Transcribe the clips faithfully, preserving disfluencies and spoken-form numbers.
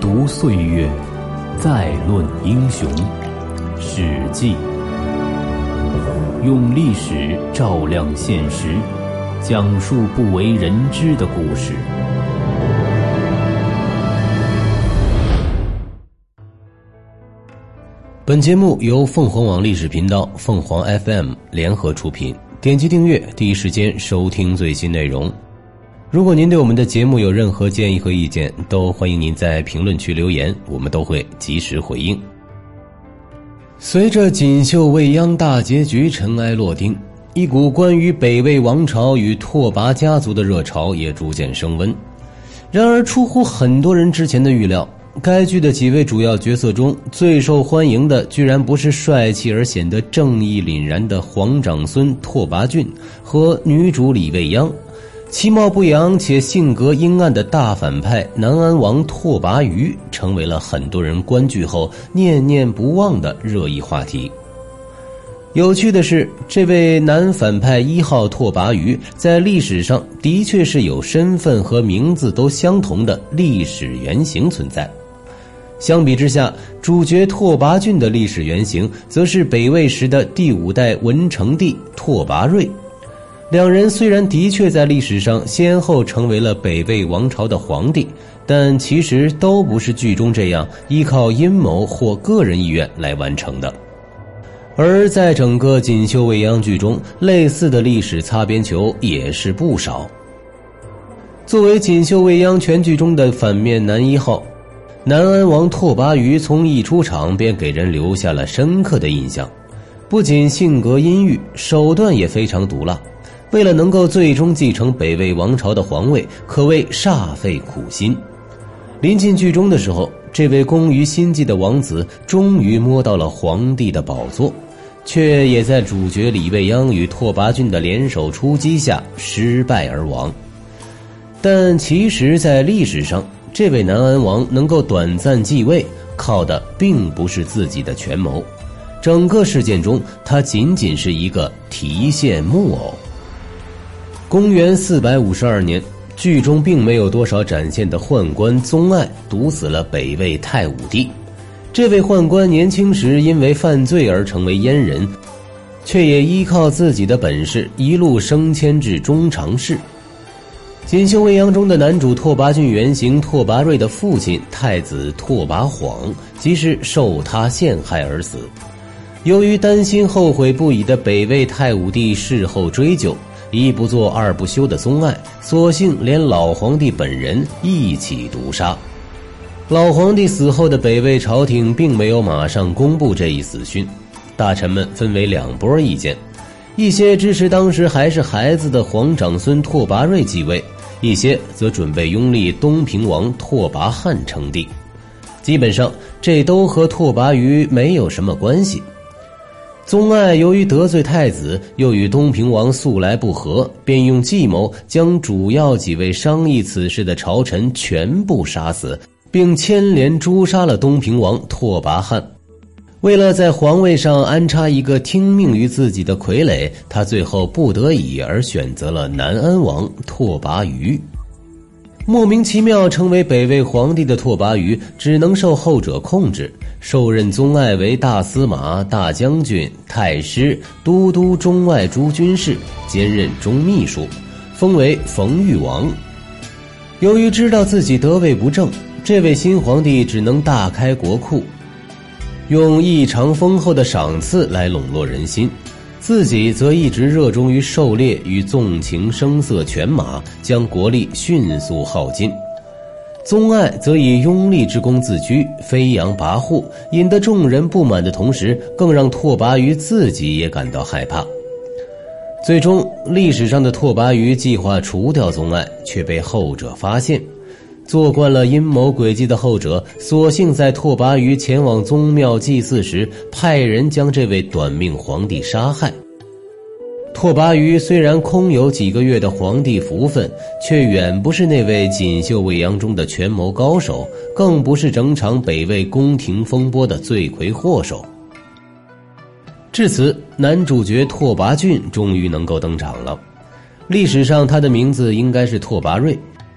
读岁月，再论英雄。史记，用历史照亮现实，讲述不为人知的故事。本节目由凤凰网历史频道、凤凰 F M 联合出品，点击订阅，第一时间收听最新内容。如果您对我们的节目有任何建议和意见，都欢迎您在评论区留言，我们都会及时回应。随着锦绣未央大结局尘埃落定，一股关于北魏王朝与拓跋家族的热潮也逐渐升温。然而出乎很多人之前的预料，该剧的几位主要角色中最受欢迎的居然不是帅气而显得正义凛然的皇长孙拓跋浚和女主李未央，其貌不扬且性格阴暗的大反派南安王拓跋余成为了很多人观剧后念念不忘的热议话题。有趣的是，这位南反派一号拓跋余在历史上的确是有身份和名字都相同的历史原型存在。相比之下，主角拓跋浚的历史原型则是北魏时的第五代文成帝拓跋瑞。两人虽然的确在历史上先后成为了北魏王朝的皇帝，但其实都不是剧中这样依靠阴谋或个人意愿来完成的。而在整个锦绣未央剧中，类似的历史擦边球也是不少。作为锦绣未央全剧中的反面男一号，南安王拓跋余从一出场便给人留下了深刻的印象，不仅性格阴郁，手段也非常毒辣。为了能够最终继承北魏王朝的皇位，可谓煞费苦心。临近剧中的时候，这位工于心计的王子终于摸到了皇帝的宝座，却也在主角李未央与拓跋浚的联手出击下失败而亡。但其实在历史上，这位南安王能够短暂继位，靠的并不是自己的权谋，整个事件中他仅仅是一个提线木偶。公元四百五十二年，剧中并没有多少展现的宦官宗爱毒死了北魏太武帝。这位宦官年轻时因为犯罪而成为阉人，却也依靠自己的本事一路升迁至中常侍。锦绣未央中的男主拓跋浚原型拓跋瑞的父亲太子拓跋晃即是受他陷害而死。由于担心后悔不已的北魏太武帝事后追究，一不做二不休的宗爱索性连老皇帝本人一起毒杀。老皇帝死后的北魏朝廷并没有马上公布这一死讯，大臣们分为两波意见，一些支持当时还是孩子的皇长孙拓跋瑞继位，一些则准备拥立东平王拓跋翰称帝。基本上这都和拓跋余没有什么关系。宗爱由于得罪太子，又与东平王素来不和，便用计谋将主要几位商议此事的朝臣全部杀死，并牵连诛杀了东平王拓跋翰。为了在皇位上安插一个听命于自己的傀儡，他最后不得已而选择了南安王拓跋余。莫名其妙成为北魏皇帝的拓跋余只能受后者控制，受任宗爱为大司马、大将军、太师、都督中外诸军事，兼任中秘书，封为冯玉王。由于知道自己得位不正，这位新皇帝只能大开国库，用异常丰厚的赏赐来笼络人心，自己则一直热衷于狩猎与纵情声色犬马，将国力迅速耗尽。宗爱则以拥立之功自居，飞扬跋扈，引得众人不满的同时，更让拓跋余自己也感到害怕。最终历史上的拓跋余计划除掉宗爱，却被后者发现。做惯了阴谋诡计的后者，索性在拓跋余前往宗庙祭祀时，派人将这位短命皇帝杀害。拓跋余虽然空有几个月的皇帝福分，却远不是那位锦绣未央中的权谋高手，更不是整场北魏宫廷风波的罪魁祸首。至此，男主角拓跋浚终于能够登场了。历史上他的名字应该是拓跋瑞。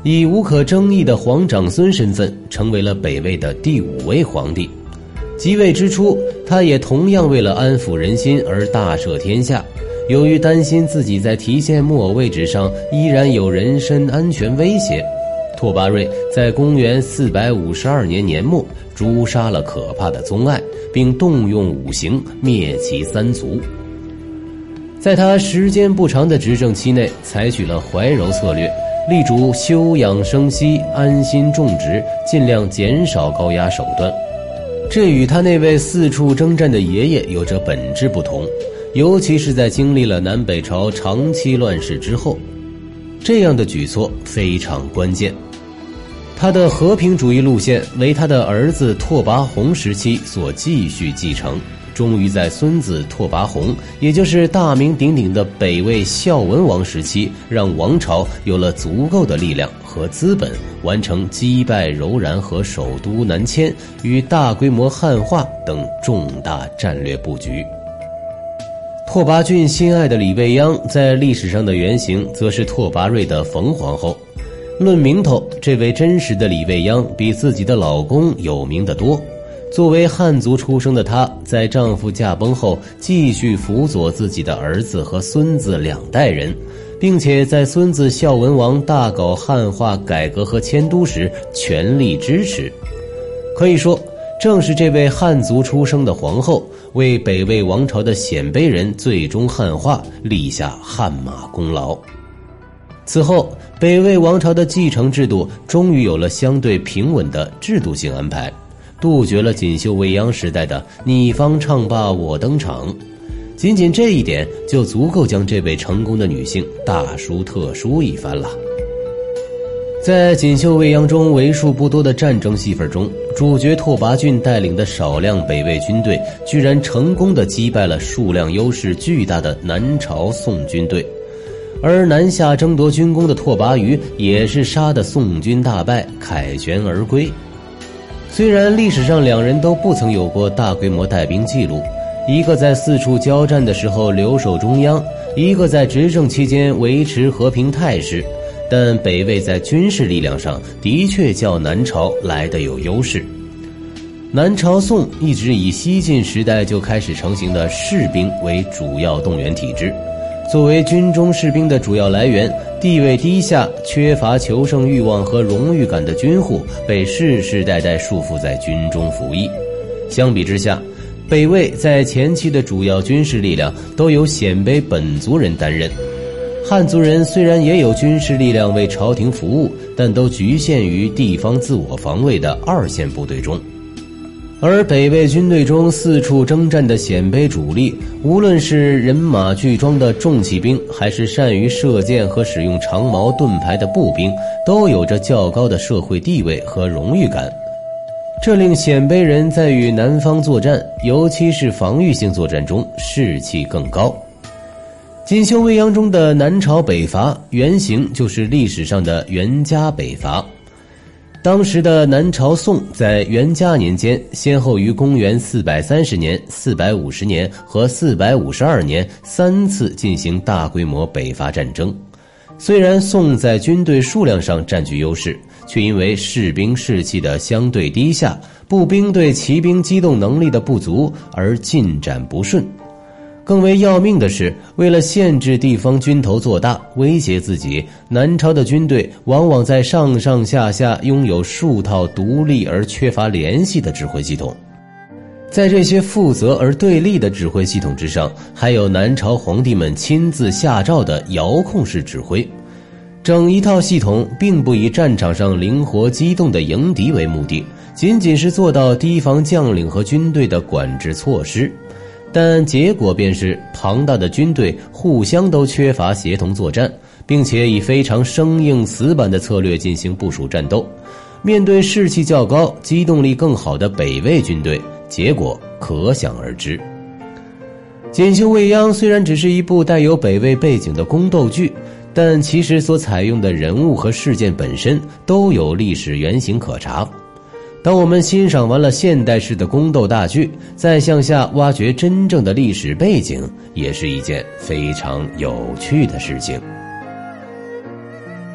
以无可争议的皇长孙身份成为了北魏的第五位皇帝。即位之初，他也同样为了安抚人心而大赦天下。由于担心自己在提线木偶位置上依然有人身安全威胁，拓跋瑞在公元四百五十二年年末诛杀了可怕的宗爱，并动用五行灭其三族。在他时间不长的执政期内，采取了怀柔策略，力主休养生息，安心种植，尽量减少高压手段。这与他那位四处征战的爷爷有着本质不同，尤其是在经历了南北朝长期乱世之后，这样的举措非常关键。他的和平主义路线为他的儿子拓跋宏时期所继续继承，终于在孙子拓跋宏，也就是大名鼎鼎的北魏孝文王时期，让王朝有了足够的力量和资本，完成击败柔然和首都南迁与大规模汉化等重大战略布局。拓跋浚心爱的李未央在历史上的原型则是拓跋瑞的冯皇后。论名头，这位真实的李未央比自己的老公有名得多。作为汉族出生的她，在丈夫驾崩后继续辅佐自己的儿子和孙子两代人，并且在孙子孝文王大搞汉化改革和迁都时全力支持。可以说，正是这位汉族出生的皇后，为北魏王朝的鲜卑人最终汉化立下汗马功劳。此后，北魏王朝的继承制度终于有了相对平稳的制度性安排，杜绝了锦绣未央时代的你方唱罢我登场。仅仅这一点就足够将这位成功的女性大书特书一番了。在锦绣未央中为数不多的战争戏份中，主角拓跋浚带领的少量北魏军队居然成功地击败了数量优势巨大的南朝宋军队，而南下争夺军功的拓跋余也是杀得宋军大败，凯旋而归。虽然历史上两人都不曾有过大规模带兵记录，一个在四处交战的时候留守中央，一个在执政期间维持和平态势，但北魏在军事力量上的确较南朝来得有优势。南朝宋一直以西晋时代就开始成型的士兵为主要动员体制，作为军中士兵的主要来源，地位低下、缺乏求胜欲望和荣誉感的军户被世世代代束缚在军中服役。相比之下，北魏在前期的主要军事力量都由鲜卑本族人担任，汉族人虽然也有军事力量为朝廷服务，但都局限于地方自我防卫的二线部队中。而北魏军队中四处征战的鲜卑主力，无论是人马俱装的重骑兵，还是善于射箭和使用长矛盾牌的步兵，都有着较高的社会地位和荣誉感，这令鲜卑人在与南方作战，尤其是防御性作战中士气更高。锦绣未央中的南朝北伐原型就是历史上的元嘉北伐。当时的南朝宋在元嘉年间，先后于公元四百三十年、四百五十年和四百五十二年三次进行大规模北伐战争。虽然宋在军队数量上占据优势，却因为士兵士气的相对低下，步兵对骑兵机动能力的不足而进展不顺。更为要命的是，为了限制地方军头做大，威胁自己，南朝的军队往往在上上下下拥有数套独立而缺乏联系的指挥系统。在这些负责而对立的指挥系统之上，还有南朝皇帝们亲自下诏的遥控式指挥。整一套系统并不以战场上灵活机动的迎敌为目的，仅仅是做到提防将领和军队的管制措施。但结果便是庞大的军队互相都缺乏协同作战，并且以非常生硬死板的策略进行部署战斗。面对士气较高、机动力更好的北魏军队，结果可想而知。锦绣未央虽然只是一部带有北魏背景的宫斗剧，但其实所采用的人物和事件本身都有历史原型可查。当我们欣赏完了现代式的宫斗大剧，再向下挖掘真正的历史背景，也是一件非常有趣的事情。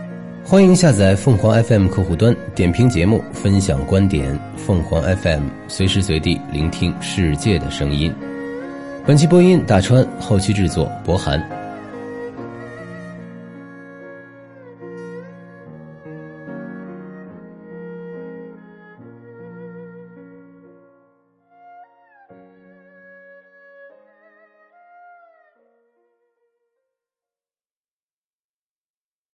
欢迎下载凤凰 F M 客户端，点评节目，分享观点。凤凰 F M 随时随地聆听世界的声音。本期播音大川，后期制作博涵。